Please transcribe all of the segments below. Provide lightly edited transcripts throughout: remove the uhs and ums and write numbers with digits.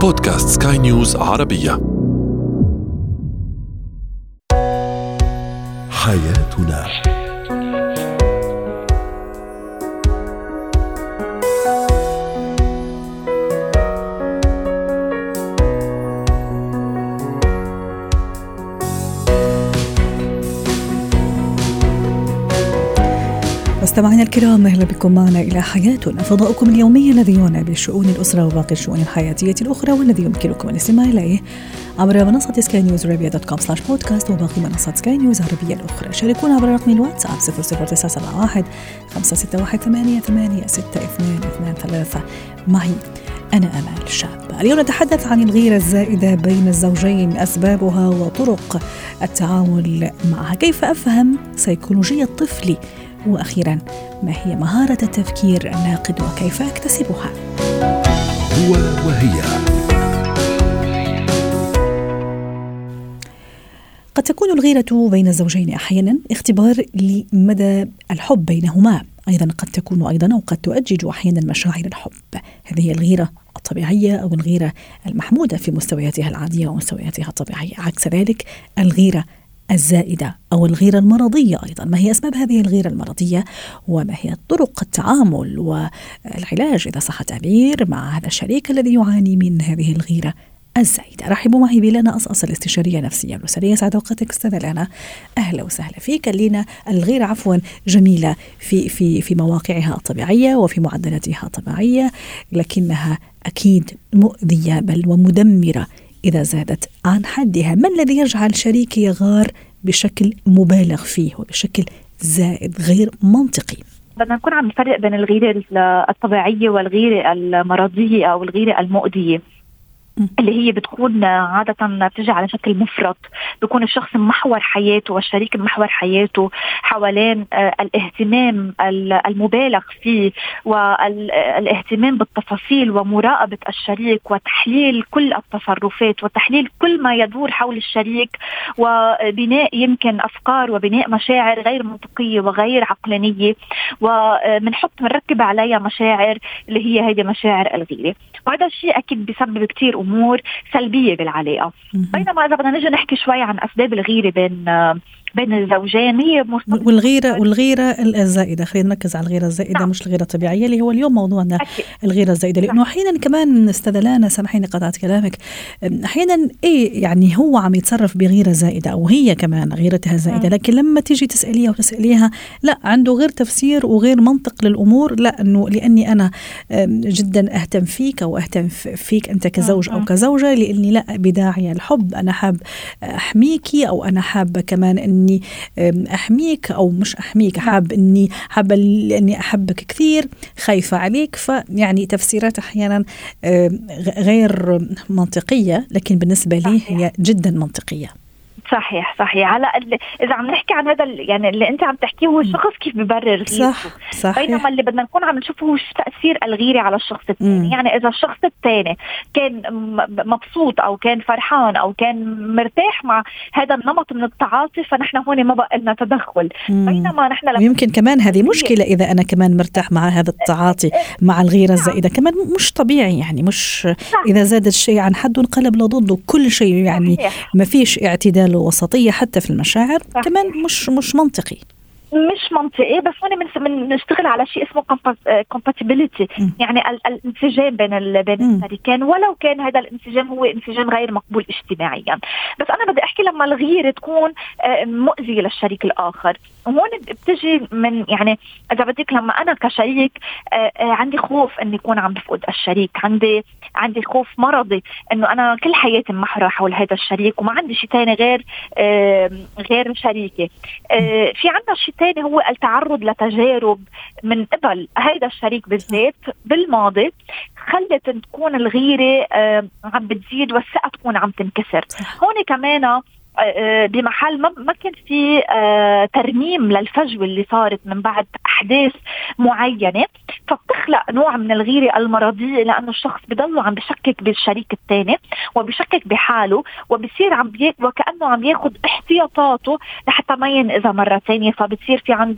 بودكاست سكاي نيوز عربية. حياتنا. مستمعينا الكرام، أهلا بكم معنا إلى حياتنا، فضاؤكم اليومي الذي يعنى بشؤون الأسرة وباقي الشؤون الحياتية الأخرى، والذي يمكنكم الاستماع إليه عبر منصة skynewsarabia.com/podcast وباقي منصات سكاي نيوز عربية الأخرى. شاركونا عبر رقم الواتساب 00971 561 886223. معي أنا أمال شاب. اليوم نتحدث عن الغيرة الزائدة بين الزوجين، أسبابها وطرق التعامل معها، كيف أفهم سيكولوجية طفلي، وأخيرا ما هي مهارة التفكير الناقد وكيف أكتسبها. هو وهي. قد تكون الغيرة بين الزوجين أحيانا اختبار لمدى الحب بينهما، أيضا قد تكون أو قد تؤجج أحيانا مشاعر الحب. هذه الغيرة الطبيعية أو الغيرة المحمودة في مستوياتها العادية ومستوياتها الطبيعية. عكس ذلك الغيرة الزائدة أو الغيرة المرضية. أيضا ما هي أسباب هذه الغيرة المرضية، وما هي طرق التعامل والعلاج إذا صح التعبير مع هذا الشريك الذي يعاني من هذه الغيرة الزائدة. رحبوا معي بلانا أصأص، الاستشارية النفسية والأسرية. سعد أوقاتك أستاذة لانا، أهلا وسهلا فيك. لنا الغيرة جميلة في مواقعها الطبيعية وفي معدلاتها الطبيعية، لكنها أكيد مؤذية بل ومدمرة إذا زادت عن حدها. ما الذي يجعل شريك يغار بشكل مبالغ فيه وبشكل زائد غير منطقي؟ بدنا نكون عم نفرق بين الغيرة الطبيعية والغيرة المرضية أو الغيرة المؤذية، اللي هي بتكون عادة بتجي على شكل مفرط. بيكون الشخص محور حياته والشريك محور حياته حوالين الاهتمام المبالغ فيه والاهتمام بالتفاصيل ومراقبة الشريك وتحليل كل التصرفات وتحليل كل ما يدور حول الشريك، وبناء يمكن أفكار وبناء مشاعر غير منطقية وغير عقلانية، ومنركب عليها مشاعر اللي هي هذه مشاعر الغيرة. وهذا الشيء أكيد بيسبب كتير أمور سلبية بالعلاقة. بينما إذا بدنا نجي نحكي شوي عن أسباب الغيرة بين الزوجين، هي والغيرة الزائدة. خلينا نركز على الغيرة الزائدة. نعم. مش الغيرة الطبيعية اللي هو اليوم موضوعنا. أكيد. الغيرة الزائدة، لأنه أحيانا كمان استدلانا، سامحيني قطعت كلامك، أحيانا يعني هو عم يتصرف بغيرة زائدة أو هي كمان غيرتها زائدة، لكن لما تيجي تسأليها لا، عنده غير تفسير وغير منطق للأمور. لا، أنه لأني أنا جدا أهتم فيك أو أهتم فيك أنت كزوج أو كزوجة، لأني لا بداعي الحب، أنا حاب أحميكي، أو أنا حابة كمان أني أحميك أو مش أحميك، حابة لأني أحبك كثير، خايفة عليك. فيعني تفسيرات أحيانا غير منطقية، لكن بالنسبة لي هي جدا منطقية. صحيح. على إذا عم نحكي عن هذا يعني اللي أنت عم تحكيه، هو الشخص كيف ببرر غيرته. صح. بينما اللي بدنا نكون عم نشوفه هو تأثير الغيرة على الشخص الثاني. يعني إذا الشخص الثاني كان مبسوط أو كان فرحان أو كان مرتاح مع هذا النمط من التعاطي، فنحن هون ما بقى لنا تدخل. بينما نحن يمكن كمان هذه مشكلة، إذا أنا كمان مرتاح مع هذا التعاطي مع الغيرة الزائدة كمان مش طبيعي. يعني مش إذا زاد الشيء عن حده انقلب لضده كل شيء. يعني ما فيش اعتدال وسطية حتى في المشاعر. كمان مش منطقي. بس هون بنشتغل على شيء اسمه compatibility، يعني الانسجام بين الشريكين، ولو كان هذا الانسجام هو انسجام غير مقبول اجتماعيا. بس أنا بدي أحكي لما الغيرة تكون مؤذية للشريك الآخر، وهون بتجي من يعني إذا بدك لما أنا كشريك عندي خوف أن يكون عم بفقد الشريك، عندي خوف مرضي أنه أنا كل حياتي محورة حول هذا الشريك وما عندي شيء تاني غير شريكي. في عندنا شيء تاني هو التعرض لتجارب من قبل هذا الشريك بالذات بالماضي خلت تكون الغيرة عم بتزيد والثقة تكون عم تنكسر. هون كمان بمحل ما كان في ترميم للفجوة اللي صارت من بعد أحداث معينة، فبتخلق نوع من الغيرة المرضية، لأنه الشخص بضل عم بشكك بالشريك الثاني وبشكك بحاله، وبصير وكأنه عم ياخد احتياطاته لحتى ما ينأذى مرة ثانية، فبتصير في عنده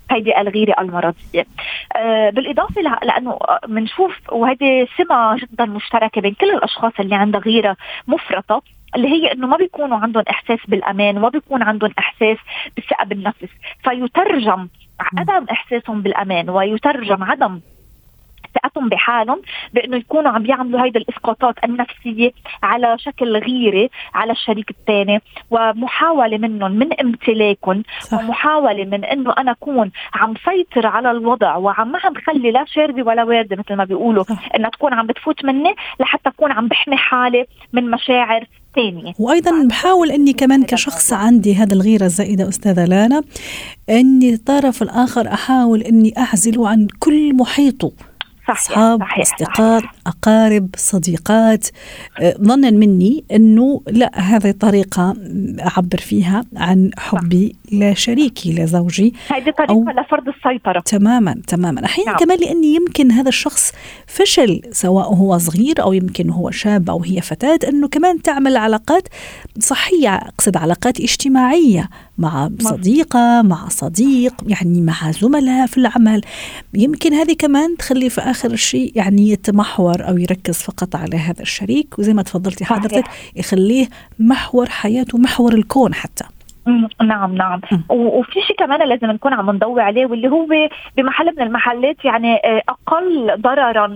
هيدي الغيرة المرضية. بالإضافة لأنه منشوف، وهذه سمة جدا مشتركة بين كل الأشخاص اللي عندها غيرة مفرطة، اللي هي إنه ما بيكونوا عندهم إحساس بالأمان وما بيكون عندهم إحساس بالثقة بالنفس، فيترجم عدم إحساسهم بالأمان ويترجم عدم ثقتهم بحالهم بأنه يكونوا عم بيعملوا هيدا الإسقاطات النفسية على شكل غيرة على الشريك الثاني، ومحاولة منهم من امتلاكهم، ومحاولة من أنه أنا أكون عم سيطر على الوضع وعم ما عم خلي لا شاردي ولا واردة مثل ما بيقولوا أنها تكون عم بتفوت مني لحتى أكون عم بحمي حالي من مشاعر ثانية. وأيضا بحاول أني كمان كشخص عندي هذا الغيرة الزائدة أستاذة لانا، أني الطرف الآخر أحاول أني أعزله عن كل محيطه، أصحاب، أصدقاء، أقارب، صديقات، ظنا مني أنه لا، هذه طريقة أعبر فيها عن حبي لشريكي لزوجي، هذه طريقة لفرض السيطرة. تماما أحيانا كمان لأني يمكن هذا الشخص فشل، سواء هو صغير أو يمكن هو شاب أو هي فتاة، أنه كمان تعمل علاقات صحية، أقصد علاقات اجتماعية مع صديقة، مع صديق، يعني مع زملاء في العمل. يمكن هذه كمان تخلي في آخر الشيء يعني يتمحور أو يركز فقط على هذا الشريك، وزي ما تفضلتي حضرتك يخليه محور حياته، محور الكون حتى. نعم. وفي شيء كمان لازم نكون عم نضوي عليه، واللي هو بمحل من المحلات يعني أقل ضررا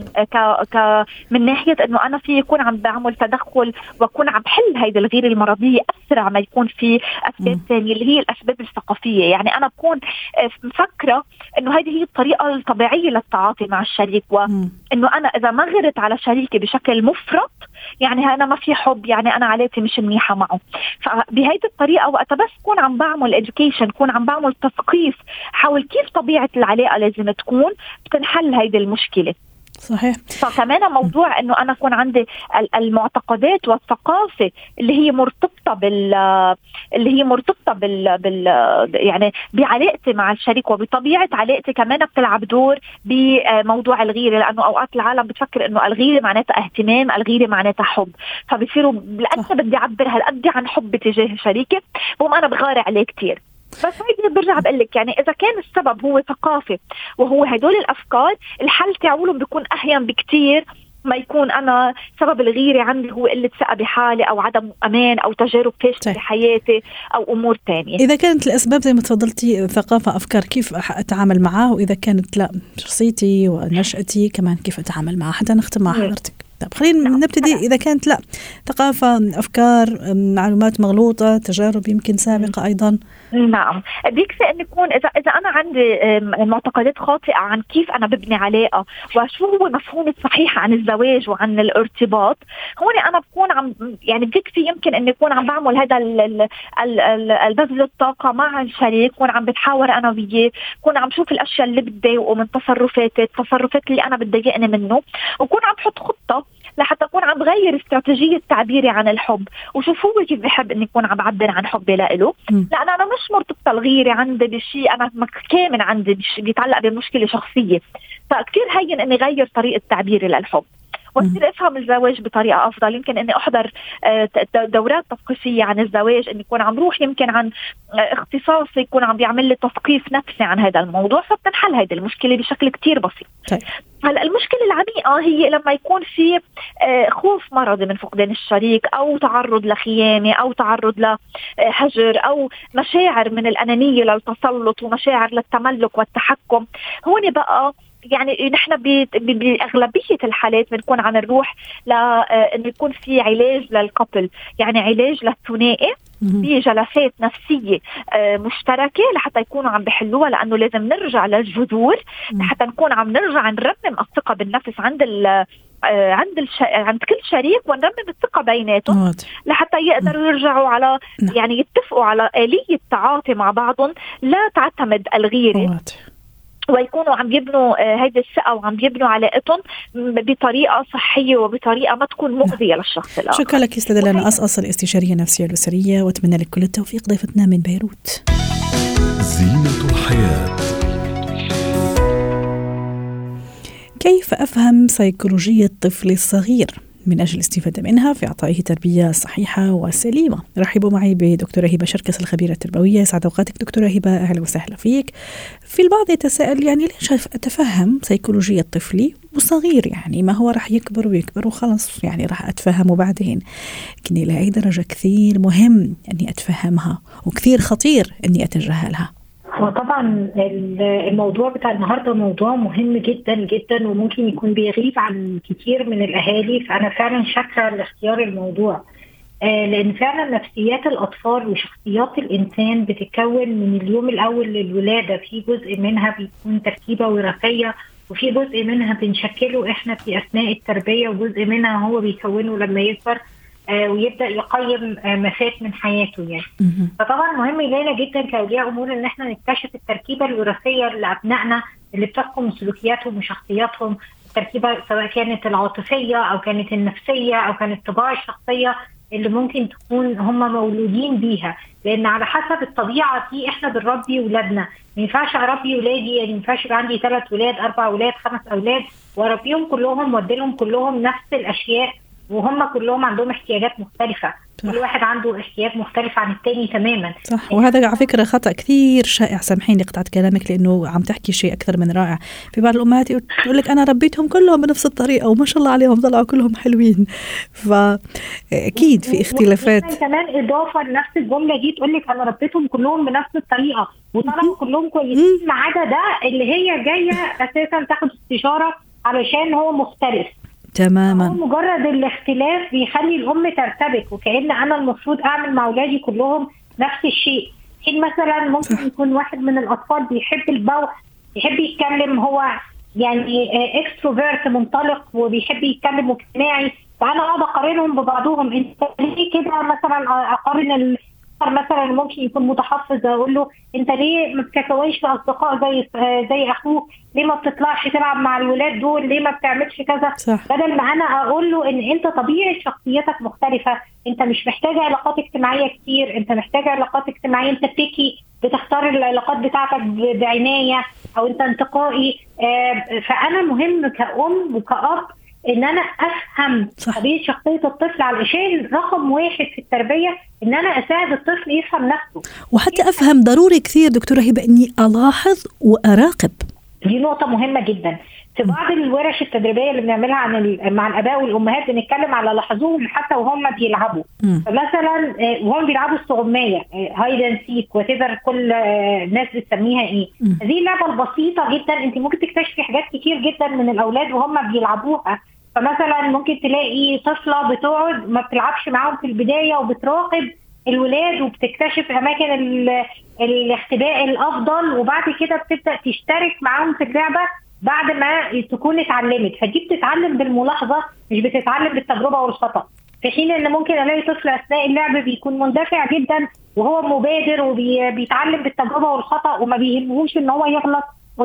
من ناحية أنه أنا في يكون عم بعمل تدخل وأكون عم بحل هيدا الغيرة المرضية أسرع ما يكون في أسباب ثانية اللي هي الأسباب الثقافية. يعني أنا بكون مفكرة أنه هذه هي الطريقة الطبيعية للتعاطي مع الشريك، وأنه أنا إذا ما غرت على شريكي بشكل مفرط يعني أنا ما في حب، يعني أنا علاقتي مش منيحة معه. فبهذه الطريقة وقت بس كون عم بعمل education، كون عم بعمل تثقيف حول كيف طبيعة العلاقة لازم تكون، بتنحل هيدي المشكلة. صحيح. فكمان موضوع انه انا اكون عندي المعتقدات والثقافه اللي هي مرتبطه بال يعني بعلاقتي مع الشريك وبطبيعه علاقتي، كمان بتلعب دور بموضوع الغيره، لانه اوقات العالم بتفكر انه الغيره معناتها اهتمام، الغيره معناتها حب، فبصيروا لأنه بدي اعبر هالقد عن حب تجاه شريكي بقوم انا بغار عليه كتير. بس هيدي برجع بقول لك، يعني إذا كان السبب هو ثقافة وهو هدول الأفكار، الحل تعولهم بيكون أهين بكتير ما يكون أنا سبب الغيرة عندي هو قلة ثقة بحالي أو عدم أمان أو تجارب فاشلة بحياتي أو أمور تانية. إذا كانت الأسباب زي ما تفضلتي ثقافة، أفكار، كيف أتعامل معاه؟ وإذا كانت لا، شخصيتي ونشأتي كمان كيف أتعامل معها، حتى نختم مع حضرتك. طب خلينا نبتدي. إذا كانت لا، ثقافة، أفكار، معلومات مغلوطة، تجارب يمكن سابقة أيضا. نعم، بيكفي أن يكون إذا أنا عندي معتقدات خاطئة عن كيف أنا ببني علاقة وشو هو مفهوم الصحيح عن الزواج وعن الارتباط، هون أنا بكون عم يعني بيكفي يمكن أن يكون عم بعمل هذا البذل الطاقة مع الشريك، كون عم بتحاور أنا وياه، كون عم شوف الأشياء اللي بتضايقه من التصرفات اللي أنا بتضايقني منه، وكون عم بحط خطة لحتى أكون عم بغير استراتيجية تعبيري عن الحب، وشوف هو كيف بحب إني أكون عم بعبر عن حبي لإله. لأن أنا مش مرتبطة الغيرة عندي بشيء أنا كامن عندي بيتعلق بمشكلة شخصية، فكتير هين إني غير طريقة تعبيري للحب وأصير أفهم الزواج بطريقة أفضل. يمكن إني أحضر دورات تثقيفية عن الزواج، إني أكون عم روح يمكن عن اختصاصي يكون عم بيعمل لي تثقيف نفسي عن هذا الموضوع، فبتنحل هذه المشكلة بشكل كتير بسيط. هلا المشكلة العميقة هي لما يكون في خوف مرضي من فقدان الشريك، أو تعرض لخيانة، أو تعرض لهجر، أو مشاعر من الأنانية للتسلط ومشاعر للتملك والتحكم. هون بقى يعني نحن بأغلبية الحالات بنكون عم نروح لأنه يكون في علاج للكابل، يعني علاج للثنائي بجلسات نفسية مشتركة لحتى يكونوا عم بحلوها، لأنه لازم نرجع للجذور لحتى نكون عم نرجع نرمم الثقة بالنفس عند كل شريك، ونرمم الثقة بيناتهم لحتى يقدروا يرجعوا على يعني يتفقوا على آلية تعاطي مع بعضهم لا تعتمد الغيرة، ويكونوا عم يبنوا هيدي الثقة وعم يبنوا علاقتهم بطريقة صحية وبطريقة ما تكون مؤذية للشخص الآخر. شكرا لك أستاذة لانا أصأص، الاستشارية النفسية الأسرية، وأتمنى لك كل التوفيق. ضيفتنا من بيروت. زينة الحياة. كيف أفهم سيكولوجية طفلي الصغير؟ من أجل الاستفادة منها في إعطائه تربية صحيحة وسليمة. رحبوا معي بدكتورة هبة شركس الخبيرة التربوية. سعد أوقاتك دكتورة هبة، أهلا وسهلا فيك. في البعض يتساءل يعني ليش أتفهم سيكولوجية طفلي وصغير، يعني ما هو راح يكبر ويكبر وخلص يعني راح أتفهمه بعدين، لكن إلى أي درجة كثير مهم أني أتفهمها وكثير خطير أني أتجاهلها. وطبعا الموضوع بتاع النهارده موضوع مهم جدا جدا وممكن يكون بيغيب عن كتير من الأهالي، فأنا فعلا شاكرة لاختيار الموضوع، لأن فعلا نفسيات الأطفال وشخصيات الإنسان بتتكون من اليوم الأول للولادة. في جزء منها بيكون تركيبة وراثية، وفي جزء منها بنشكله إحنا في أثناء التربية، وجزء منها هو بيكونه لما يكبر ويبدأ يقيم مسافات من حياته يعني. فطبعا مهم لنا جدا كأولياء أمور إن احنا نكتشف التركيبة الوراثية لأبنائنا اللي بتحكم سلوكياتهم وشخصياتهم، التركيبة سواء كانت العاطفية أو كانت النفسية أو كانت الطباع الشخصية اللي ممكن تكون هم مولودين بيها، لأن على حسب الطبيعة دي احنا بنربي ولادنا. ما ينفعش أربي ولادي، يعني ما ينفعش يبقى عندي 3 ولاد 4 ولاد 5 أولاد وأربيهم كلهم وأديلهم كلهم نفس الأشياء وهم كلهم عندهم احتياجات مختلفة. كل واحد عنده احتياج مختلف عن التاني تماما. صح، وهذا على فكرة خطأ كثير شائع. سامحيني قطعت كلامك لأنه عم تحكي شيء أكثر من رائع. في بعض الأمهات تقول لك أنا ربيتهم كلهم بنفس الطريقة وما شاء الله عليهم طلعوا كلهم حلوين، فأكيد في اختلافات. كمان إضافة لنفس الجملة دي تقول لك أنا ربيتهم كلهم بنفس الطريقة وطلعوا كلهم كويسين، ما عدا ده اللي هي جاية أساسا تاخد استشارة علشان هو مختلف تماما. مجرد الاختلاف بيخلي الأم ترتبك، وكأن أنا المفروض أعمل مع أولادي كلهم نفس الشيء. حين مثلا ممكن يكون واحد من الأطفال بيحب البوح، يحب يتكلم، هو يعني اكستروفيرت منطلق وبيحب يتكلم واجتماعي، فأنا أقعد أقارنهم ببعضهم. أنت ليه كده مثلا؟ أقارن مثلا ممكن يكون متحفظ، اقول له انت ليه ما بتكونش اصدقاء زي اخوك؟ ليه ما بتطلعش تلعب مع الولاد دول؟ ليه ما بتعملش كذا؟ صح. بدل ما انا اقول له ان انت طبيعه شخصيتك مختلفه، انت مش محتاج علاقات اجتماعيه كتير، انت محتاج علاقات اجتماعيه، انت بيكي بتختار العلاقات بتاعتك بعنايه، او انت انتقائي. فانا مهم كأم وكأب ان انا افهم طبيعه شخصيه الطفل، علشان رقم 1 في التربيه ان انا اساعد الطفل يفهم نفسه. وحتى افهم ضروري كثير دكتوره هبه اني الاحظ واراقب. دي نقطه مهمه جدا. في بعض الورش التدريبيه اللي بنعملها مع الاباء والامهات بنتكلم على لاحظوهم حتى وهم بيلعبوا. فمثلا وهم بيلعبوا السغمايه، هايد اند سيك، وتقدر كل ناس بتسميها ايه. هذه اللعبه البسيطه جدا انت ممكن تكتشفي حاجات كتير جدا من الاولاد وهم بيلعبوها. فمثلا ممكن تلاقي طفله بتقعد ما بتلعبش معاهم في البدايه وبتراقب الولاد وبتكتشف اماكن الاختباء الافضل، وبعد كده بتبدا تشترك معاهم في اللعبه بعد ما تكون اتعلمت. فدي بتتعلم بالملاحظه، مش بتتعلم بالتجربه والخطا. في حين ان ممكن الاقي طفل اثناء اللعب بيكون مندفع جدا وهو مبادر وبيتعلم بالتجربه والخطا وما بيهمهوش ان هو يغلط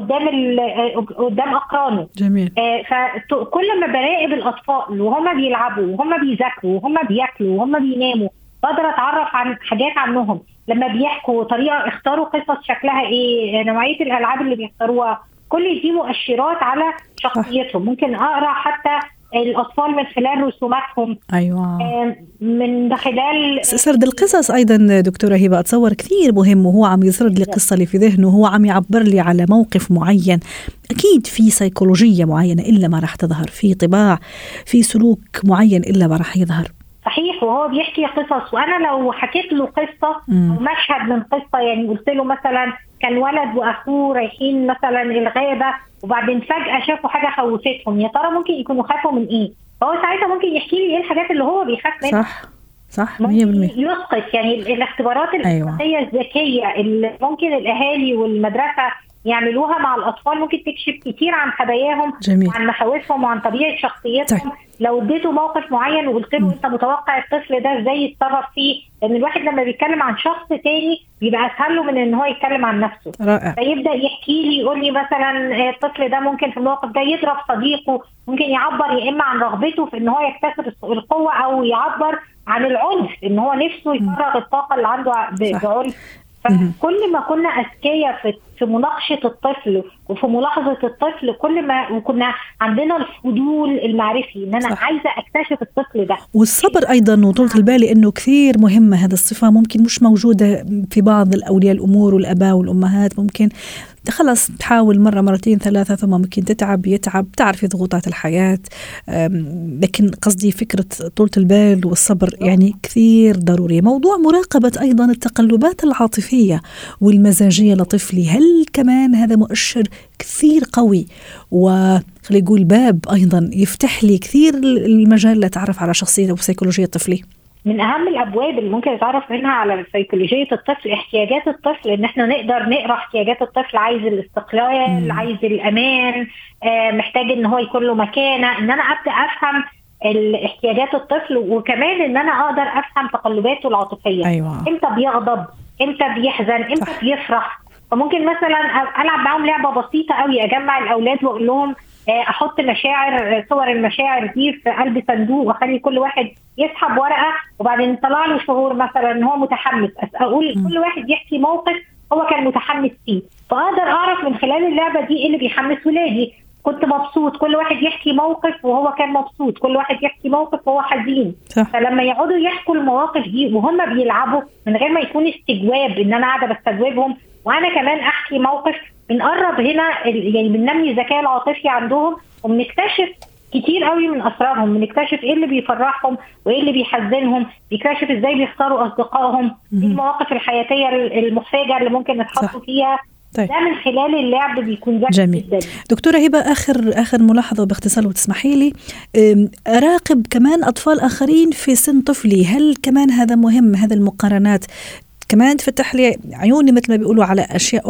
قدام اقرانه. جميل. فكل ما براقب الاطفال وهم بيلعبوا وهم بيذاكروا وهم بياكلوا وهم بيناموا بقدر اتعرف عن حاجات عنهم. لما بيحكوا طريقه، اختاروا قصص شكلها ايه، نوعيه الالعاب اللي بيختاروها، كل دي مؤشرات على شخصيتهم. ممكن اقرا حتى الأطفال من خلال رسوماتهم. أيوة. من خلال سرد القصص أيضا دكتورة هبة أتصور كثير مهم، وهو عم يسرد لي قصة اللي في ذهنه، وهو عم يعبر لي على موقف معين. أكيد في سيكولوجية معينة إلا ما راح تظهر، في طباع، في سلوك معين إلا ما راح يظهر. صحيح. وهو بيحكي قصص، وأنا لو حكيت له قصة أو مشهد من قصة، يعني قلت له مثلا كان ولد وأخوه رايحين مثلا الغابة وبعدين فجأة شافوا حاجة خوفتهم، يا ترى ممكن يكونوا خافوا من إيه؟ فهو ساعتها ممكن يحكي لي إيه الحاجات اللي هو بيخاف منها. صح 100%. يسقط يعني الاختبارات الإحصائية الذكية اللي ممكن الأهالي والمدرسة يعملوها مع الأطفال ممكن تكشف كتير عن خباياهم وعن مخاوفهم وعن طبيعة شخصيتهم. لو اديته موقف معين وقلت له انت متوقع الطفل ده ازاي يتصرف فيه، لان الواحد لما بيتكلم عن شخص تاني بيبقى اسهل له من ان هو يتكلم عن نفسه. رائع. فيبدا يحكي لي، يقول لي مثلا الطفل ده ممكن في الموقف ده يضرب صديقه، ممكن يعبر يا اما عن رغبته في ان هو يكتسب القوه او يعبر عن العنف، ان هو نفسه يفرغ الطاقه اللي عنده بعنف. فكل ما كنا أذكياء في مناقشة الطفل وفي ملاحظة الطفل، كل ما كنا عندنا الفضول المعرفي ان انا عايزة اكتشف الطفل ده. والصبر ايضا وطولة البال، انه كثير مهمة هذه الصفة، ممكن مش موجودة في بعض الاولياء الامور والاباء والامهات. ممكن خلاص تحاول مرة مرتين ثلاثة ثم ممكن يتعب، تعرفي ضغوطات الحياة. لكن قصدي فكرة طولة البال والصبر يعني كثير ضروري. موضوع مراقبة أيضا التقلبات العاطفية والمزاجية لطفلي، هل كمان هذا مؤشر كثير قوي وخلي يقول باب أيضا يفتح لي كثير المجال لتعرف على شخصية وسيكولوجية طفلي؟ من أهم الأبواب اللي ممكن نتعرف منها على سيكولوجية الطفل احتياجات الطفل، إن إحنا نقدر نقرأ احتياجات الطفل. عايز الاستقلال، عايز الأمان، محتاج إن هو يكون له مكانة. إن أنا أبدأ أفهم احتياجات الطفل، وكمان إن أنا أقدر أفهم تقلباته العاطفية. أيوة. إمتى بيغضب، إمتى بيحزن، إمتى بيفرح. فممكن مثلا ألعب معهم لعبة بسيطة قوي، أجمع الأولاد وأقول لهم احط صور المشاعر دي في قلب صندوق، واخلي كل واحد يسحب ورقه، وبعدين طلع له شعور مثلا ان هو متحمس. اقول كل واحد يحكي موقف هو كان متحمس فيه، فاقدر اعرف من خلال اللعبه دي ايه اللي بيحمس ولادي. كنت مبسوط، كل واحد يحكي موقف وهو كان مبسوط، كل واحد يحكي موقف وهو حزين. فلما يقعدوا يحكوا المواقف دي وهم بيلعبوا من غير ما يكون استجواب، ان انا قاعده بستجوبهم وانا كمان احكي موقف، بنقرب هنا يعني بننمي الذكاء العاطفي عندهم، وبنكتشف كتير قوي من اسرارهم. بنكتشف ايه اللي بيفرحهم وايه اللي بيحزنهم، بيكتشف ازاي بيختاروا اصدقائهم، ايه المواقف الحياتيه المحرجه اللي ممكن نتحطوا فيها. طيب. ده من خلال اللعب بيكون جميل جدا. دكتورة هبة، آخر ملاحظة باختصار وتسمحي لي، أراقب كمان أطفال آخرين في سن طفلي، هل كمان هذا مهم؟ هذا المقارنات كمان تفتح لي عيوني مثل ما بيقولوا على أشياء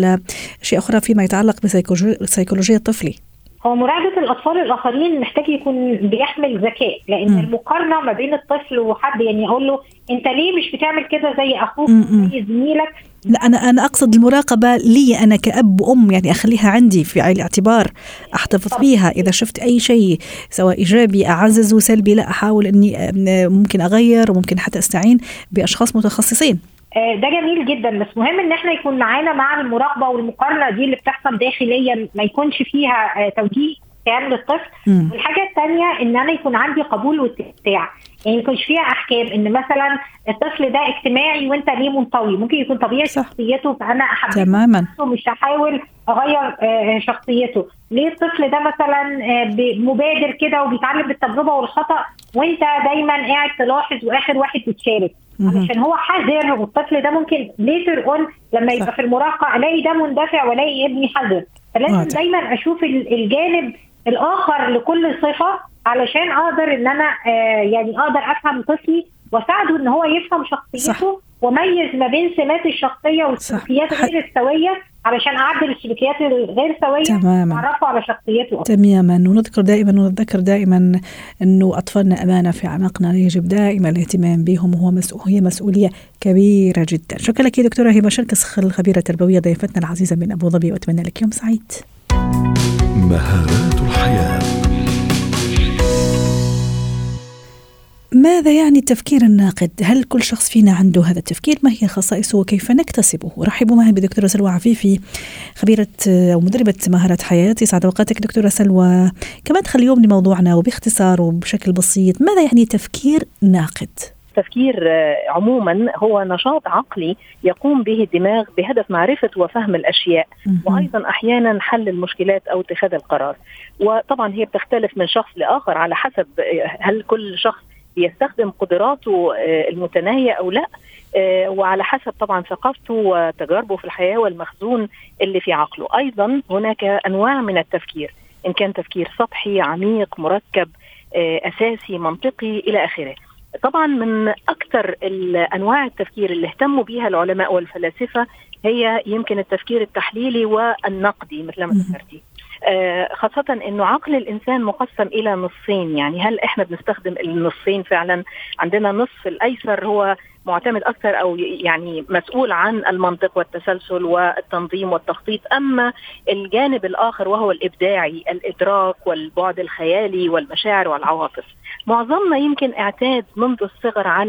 أخرى فيما يتعلق بسيكولوجية طفلي. هو مراقبة الأطفال الآخرين محتاج يكون بيحمل ذكاء، لأن المقارنة ما بين الطفل وحد، يعني أقول له أنت ليه مش بتعمل كده زي أخوك زي زميلك. لا، أنا أقصد المراقبة لي أنا كأب وأم، يعني أخليها عندي في عين الاعتبار، أحتفظ بيها. إذا شفت أي شيء سواء إيجابي أعززه، سلبي لا، أحاول أني ممكن أغير، وممكن حتى أستعين بأشخاص متخصصين. ده جميل جدا، بس مهم ان احنا يكون معانا مع المراقبه والمقارنه دي اللي بتحصل داخليا، ما يكونش فيها توجيه كامل للطفل. والحاجه الثانيه ان انا يكون عندي قبول واتساع، يعني ما يكونش فيها احكام ان مثلا الطفل ده اجتماعي وانت ليه منطوي. ممكن يكون طبيعي شخصيته، فانا احبه تماما ومش هحاول اغير شخصيته. ليه الطفل ده مثلا مبادر كده وبيتعلم بالتجربه والخطا، وانت دايما قاعد تلاحظ واخر واحد بتشارك علشان هو حذر. والطفل ده ممكن ليتر اون لما يبقى في المراهقه الاقي ده مندفع والاقي ابني حذر. فلازم دايما اشوف الجانب الاخر لكل صفه، علشان اقدر ان انا يعني اقدر افهم طفلي واساعده ان هو يفهم شخصيته، وميز ما بين سمات الشخصيه والسلوكيات غير السويه، علشان اعدل السلوكيات الغير سويه واعرفه على شخصيته. تماما. ونذكر دائما انه اطفالنا امانه في اعناقنا، يجب دائما الاهتمام بهم، وهي مسؤوليه كبيره جدا. شكرا لك دكتوره هبه شركس، الخبيره التربويه، ضيفتنا العزيزه من ابو ظبي، واتمنى لك يوم سعيد. مهارات الحياه. ماذا يعني التفكير الناقد؟ هل كل شخص فينا عنده هذا التفكير؟ ما هي خصائصه وكيف نكتسبه؟ رحبوا معي بدكتورة سلوى عفيفي، خبيرة أو مدربة مهارات حياة. يسعد أوقاتك دكتورة سلوى. كمان تخلي اليوم لموضوعنا وباختصار وبشكل بسيط، ماذا يعني تفكير ناقد؟ التفكير عموما هو نشاط عقلي يقوم به الدماغ بهدف معرفة وفهم الأشياء، وأيضا أحيانا حل المشكلات أو اتخاذ القرار. وطبعا هي بتختلف من شخص لآخر على حسب هل كل شخص يستخدم قدراته المتناهية أو لا، وعلى حسب طبعا ثقافته وتجاربه في الحياة والمخزون اللي في عقله. أيضا هناك أنواع من التفكير، إن كان تفكير سطحي عميق مركب أساسي منطقي إلى آخره. طبعا من أكثر أنواع التفكير اللي اهتموا بها العلماء والفلاسفة هي يمكن التفكير التحليلي والنقدي مثل ما ذكرتي، خاصة أنه عقل الإنسان مقسم إلى نصين. يعني هل إحنا بنستخدم النصين فعلا؟ عندنا نصف الأيسر هو معتمد أكثر أو يعني مسؤول عن المنطق والتسلسل والتنظيم والتخطيط، أما الجانب الآخر وهو الإبداعي، الإدراك والبعد الخيالي والمشاعر والعواطف. معظمنا يمكن اعتاد منذ الصغر على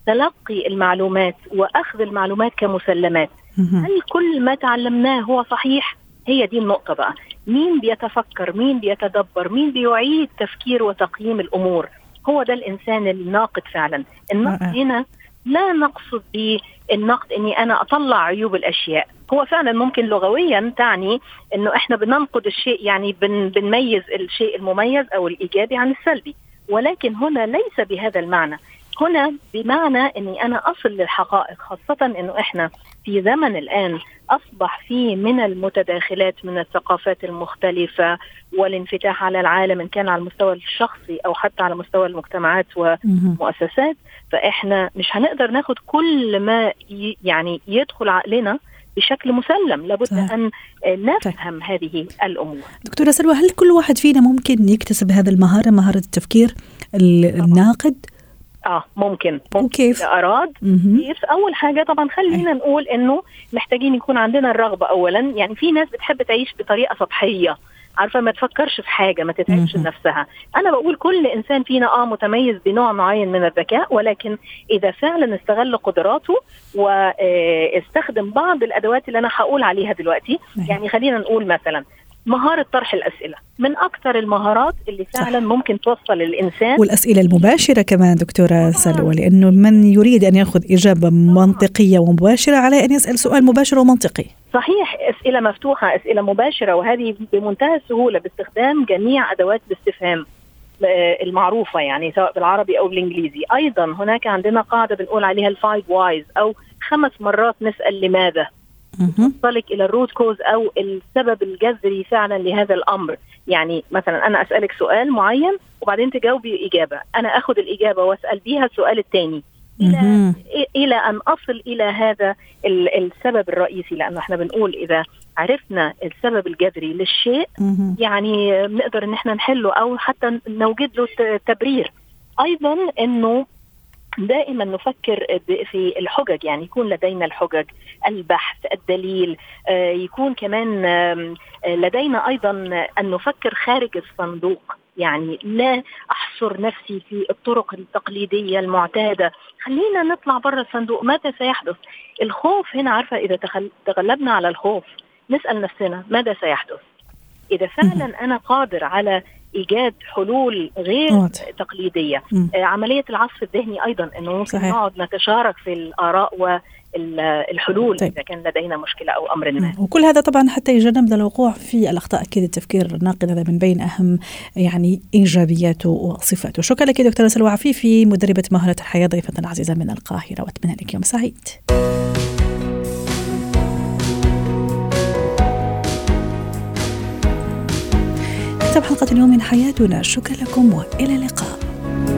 تلقي المعلومات وأخذ المعلومات كمسلمات. هل كل ما تعلمناه هو صحيح؟ هي دي النقطة بقى. مين بيتفكر، مين بيتدبر، مين بيعيد تفكير وتقييم الأمور؟ هو ده الإنسان الناقد فعلا. النقد هنا لا نقصد بالنقد أني أنا أطلع عيوب الأشياء، هو فعلا ممكن لغويا تعني أنه إحنا بننقد الشيء، يعني بنميز الشيء المميز أو الإيجابي عن السلبي، ولكن هنا ليس بهذا المعنى. هنا بمعنى أني أنا أصل للحقائق، خاصة أنه إحنا في زمن الآن أصبح فيه من المتداخلات من الثقافات المختلفة والانفتاح على العالم، إن كان على المستوى الشخصي أو حتى على مستوى المجتمعات والمؤسسات. فإحنا مش هنقدر ناخد كل ما يعني يدخل عقلنا بشكل مسلم، لابد أن نفهم هذه الأمور. دكتورة سلوى، هل كل واحد فينا ممكن يكتسب هذا المهارة، مهارة التفكير الناقد؟ ممكن وكيف؟ إذا أراد. كيف؟ أول حاجة طبعا خلينا نقول إنه محتاجين يكون عندنا الرغبة أولا. يعني في ناس بتحب تعيش بطريقة سطحية، عارفة، ما تفكرش في حاجة، ما تتعبش نفسها. أنا بقول كل إنسان فينا متميز بنوع معين من الذكاء، ولكن إذا فعلا استغل قدراته واستخدم بعض الأدوات اللي أنا هقول عليها دلوقتي. يعني خلينا نقول مثلا مهارة طرح الأسئلة من أكثر المهارات اللي فعلا ممكن توصل الإنسان. والأسئلة المباشرة كمان دكتورة سلوى، لأنه من يريد أن يأخذ إجابة منطقية ومباشرة عليه أن يسأل سؤال مباشر ومنطقي. صحيح، أسئلة مفتوحة، أسئلة مباشرة، وهذه بمنتهى السهولة باستخدام جميع أدوات الاستفهام المعروفة، يعني سواء بالعربي أو بالإنجليزي. أيضا هناك عندنا قاعدة بنقول عليها الفايف وايز، أو 5 مرات نسأل لماذا، تصلك إلى الروت كوز أو السبب الجذري فعلا لهذا الأمر. يعني مثلا أنا أسألك سؤال معين وبعدين تجاوبي إجابة، أنا أخذ الإجابة وأسأل بيها السؤال الثاني إلى أن أصل إلى هذا السبب الرئيسي. لأنه احنا بنقول إذا عرفنا السبب الجذري للشيء يعني نقدر إن احنا نحله أو حتى نوجد له تبرير. أيضا إنه دائما نفكر في الحجج، يعني يكون لدينا الحجج، البحث، الدليل، يكون كمان لدينا أيضا أن نفكر خارج الصندوق. يعني لا أحصر نفسي في الطرق التقليدية المعتادة، خلينا نطلع برا الصندوق. ماذا سيحدث؟ الخوف هنا، عارفة، إذا تغلبنا على الخوف نسأل نفسنا ماذا سيحدث. إذا فعلا أنا قادر على إيجاد حلول غير تقليدية. عملية العصف الذهني أيضا، أنه ممكن نقعد نتشارك في الآراء والحلول إذا كان لدينا مشكلة أو أمر ما. وكل هذا طبعا حتى يجنبنا الوقوع في الأخطاء. أكيد التفكير الناقد هذا من بين أهم يعني إيجابياته وصفاته. شكرا لك دكتورة سلوى عفيفي، مدربة مهارة الحياة، ضيفتنا العزيزة من القاهرة، وأتمنى لك يوم سعيد. حلقة اليوم من حياتنا، شكرا لكم وإلى اللقاء.